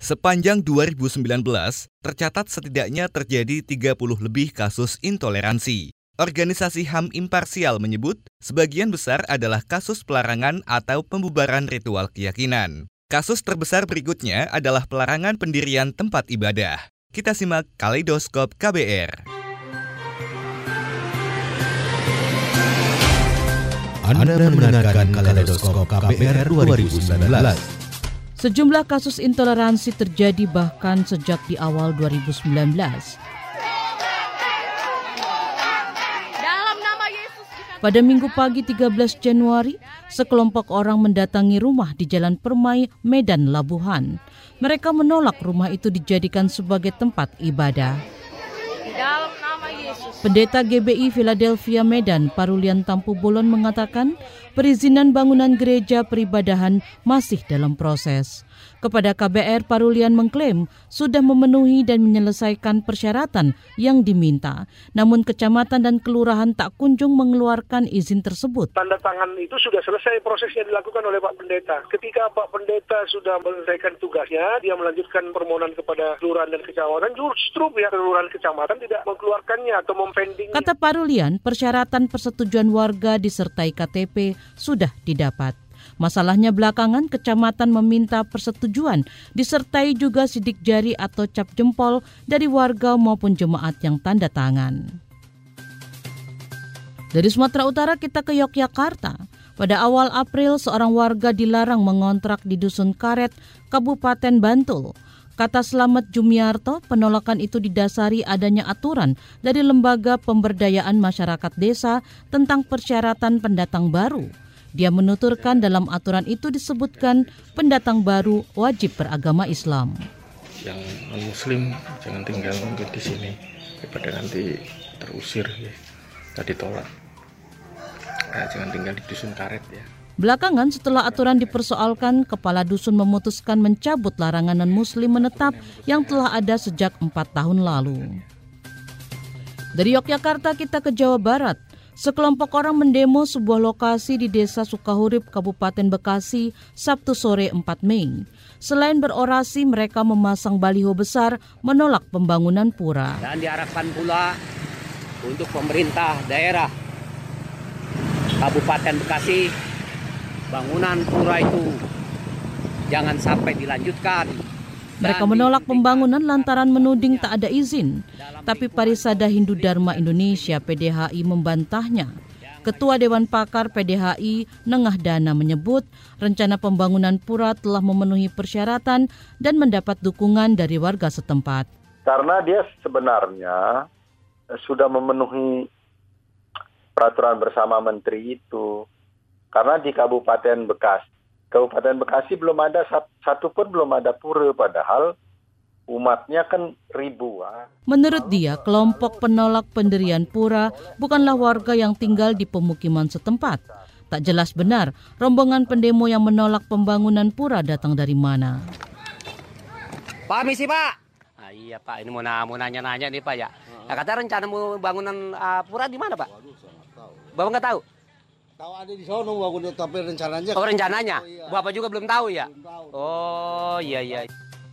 Sepanjang 2019, tercatat setidaknya terjadi 30 lebih kasus intoleransi. Organisasi HAM Imparsial menyebut sebagian besar adalah kasus pelarangan atau pembubaran ritual keyakinan. Kasus terbesar berikutnya adalah pelarangan pendirian tempat ibadah. Kita simak Kaleidoskop KBR. Anda mendengarkan Kaleidoskop KBR 2019. Sejumlah kasus intoleransi terjadi bahkan sejak di awal 2019. Pada Minggu pagi 13 Januari, sekelompok orang mendatangi rumah di Jalan Permai, Medan, Labuhan. Mereka menolak rumah itu dijadikan sebagai tempat ibadah. Pendeta GBI Philadelphia Medan, Parulian Tampu Bolon mengatakan perizinan bangunan gereja peribadahan masih dalam proses. Kepada KBR, Parulian mengklaim sudah memenuhi dan menyelesaikan persyaratan yang diminta. Namun kecamatan dan kelurahan tak kunjung mengeluarkan izin tersebut. Tanda tangan itu sudah selesai prosesnya dilakukan oleh Pak Pendeta. Ketika Pak Pendeta sudah menyelesaikan tugasnya, dia melanjutkan permohonan kepada kelurahan dan kecamatan. Justru pihak kelurahan kecamatan tidak mengeluarkannya atau mempending. Kata Parulian, persyaratan persetujuan warga disertai KTP sudah didapat. Masalahnya belakangan kecamatan meminta persetujuan disertai juga sidik jari atau cap jempol dari warga maupun jemaat yang tanda tangan. Dari Sumatera Utara kita ke Yogyakarta. Pada awal April seorang warga dilarang mengontrak di Dusun Karet, Kabupaten Bantul. Kata Slamet Jumiarto, penolakan itu didasari adanya aturan dari Lembaga Pemberdayaan Masyarakat Desa tentang persyaratan pendatang baru. Dia menuturkan dalam aturan itu disebutkan pendatang baru wajib beragama Islam. Yang non-muslim jangan tinggal mungkin di sini, daripada nanti terusir ya, tadi tolak. Nah, jangan tinggal di Dusun Karet ya. Belakangan setelah aturan dipersoalkan, Kepala Dusun memutuskan mencabut larangan non-muslim menetap yang telah ada sejak 4 tahun lalu. Dari Yogyakarta kita ke Jawa Barat. Sekelompok orang mendemo sebuah lokasi di Desa Sukahurip, Kabupaten Bekasi, Sabtu sore 4 Mei. Selain berorasi, mereka memasang baliho besar menolak pembangunan pura. Dan diharapkan pula untuk pemerintah daerah Kabupaten Bekasi, bangunan pura itu jangan sampai dilanjutkan. Mereka menolak pembangunan lantaran menuding tak ada izin. Tapi Parisada Hindu Dharma Indonesia PDHI membantahnya. Ketua Dewan Pakar PDHI Nengah Dana menyebut rencana pembangunan pura telah memenuhi persyaratan dan mendapat dukungan dari warga setempat. Karena dia sebenarnya sudah memenuhi peraturan bersama menteri itu. Karena di Kabupaten Bekasi belum ada satupun belum ada pura, padahal umatnya kan ribuan. Menurut dia, kelompok penolak pendirian pura bukanlah warga yang tinggal di pemukiman setempat. Tak jelas benar rombongan pendemo yang menolak pembangunan pura datang dari mana. Pak, misi Pak. Iya Pak, ini mau nanya-nanya nih Pak ya. Nah, kata rencana mau bangunan pura di mana Pak? Bapak nggak tahu? Tahu ada di sono bangun, tapi rencananya. Oh rencananya? Oh, iya. Bapak juga belum tahu ya? Belum tahu. Oh iya.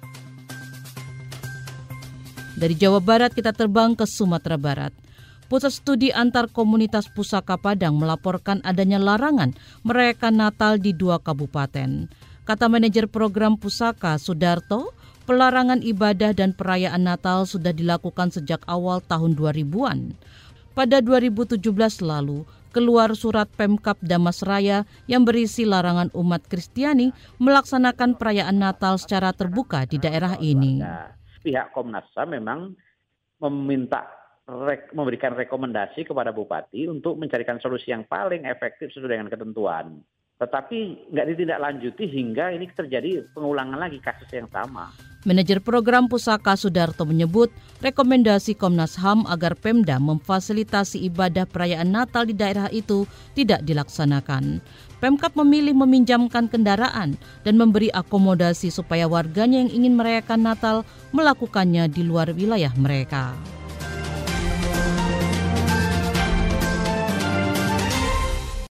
Dari Jawa Barat kita terbang ke Sumatera Barat. Pusat Studi Antar Komunitas Pusaka Padang melaporkan adanya larangan merayakan Natal di 2 kabupaten. Kata manajer program Pusaka Sudarto, pelarangan ibadah dan perayaan Natal sudah dilakukan sejak awal tahun 2000-an. Pada 2017 lalu, keluar surat Pemkab Damasraya yang berisi larangan umat Kristiani melaksanakan perayaan Natal secara terbuka di daerah ini. Pihak Komnas HAM memang memberikan rekomendasi kepada Bupati untuk mencarikan solusi yang paling efektif sesuai dengan ketentuan. Tetapi nggak ditindaklanjuti hingga ini terjadi pengulangan lagi kasus yang sama. Manajer program Pusaka Sudarto menyebut rekomendasi Komnas HAM agar Pemda memfasilitasi ibadah perayaan Natal di daerah itu tidak dilaksanakan. Pemkab memilih meminjamkan kendaraan dan memberi akomodasi supaya warganya yang ingin merayakan Natal melakukannya di luar wilayah mereka.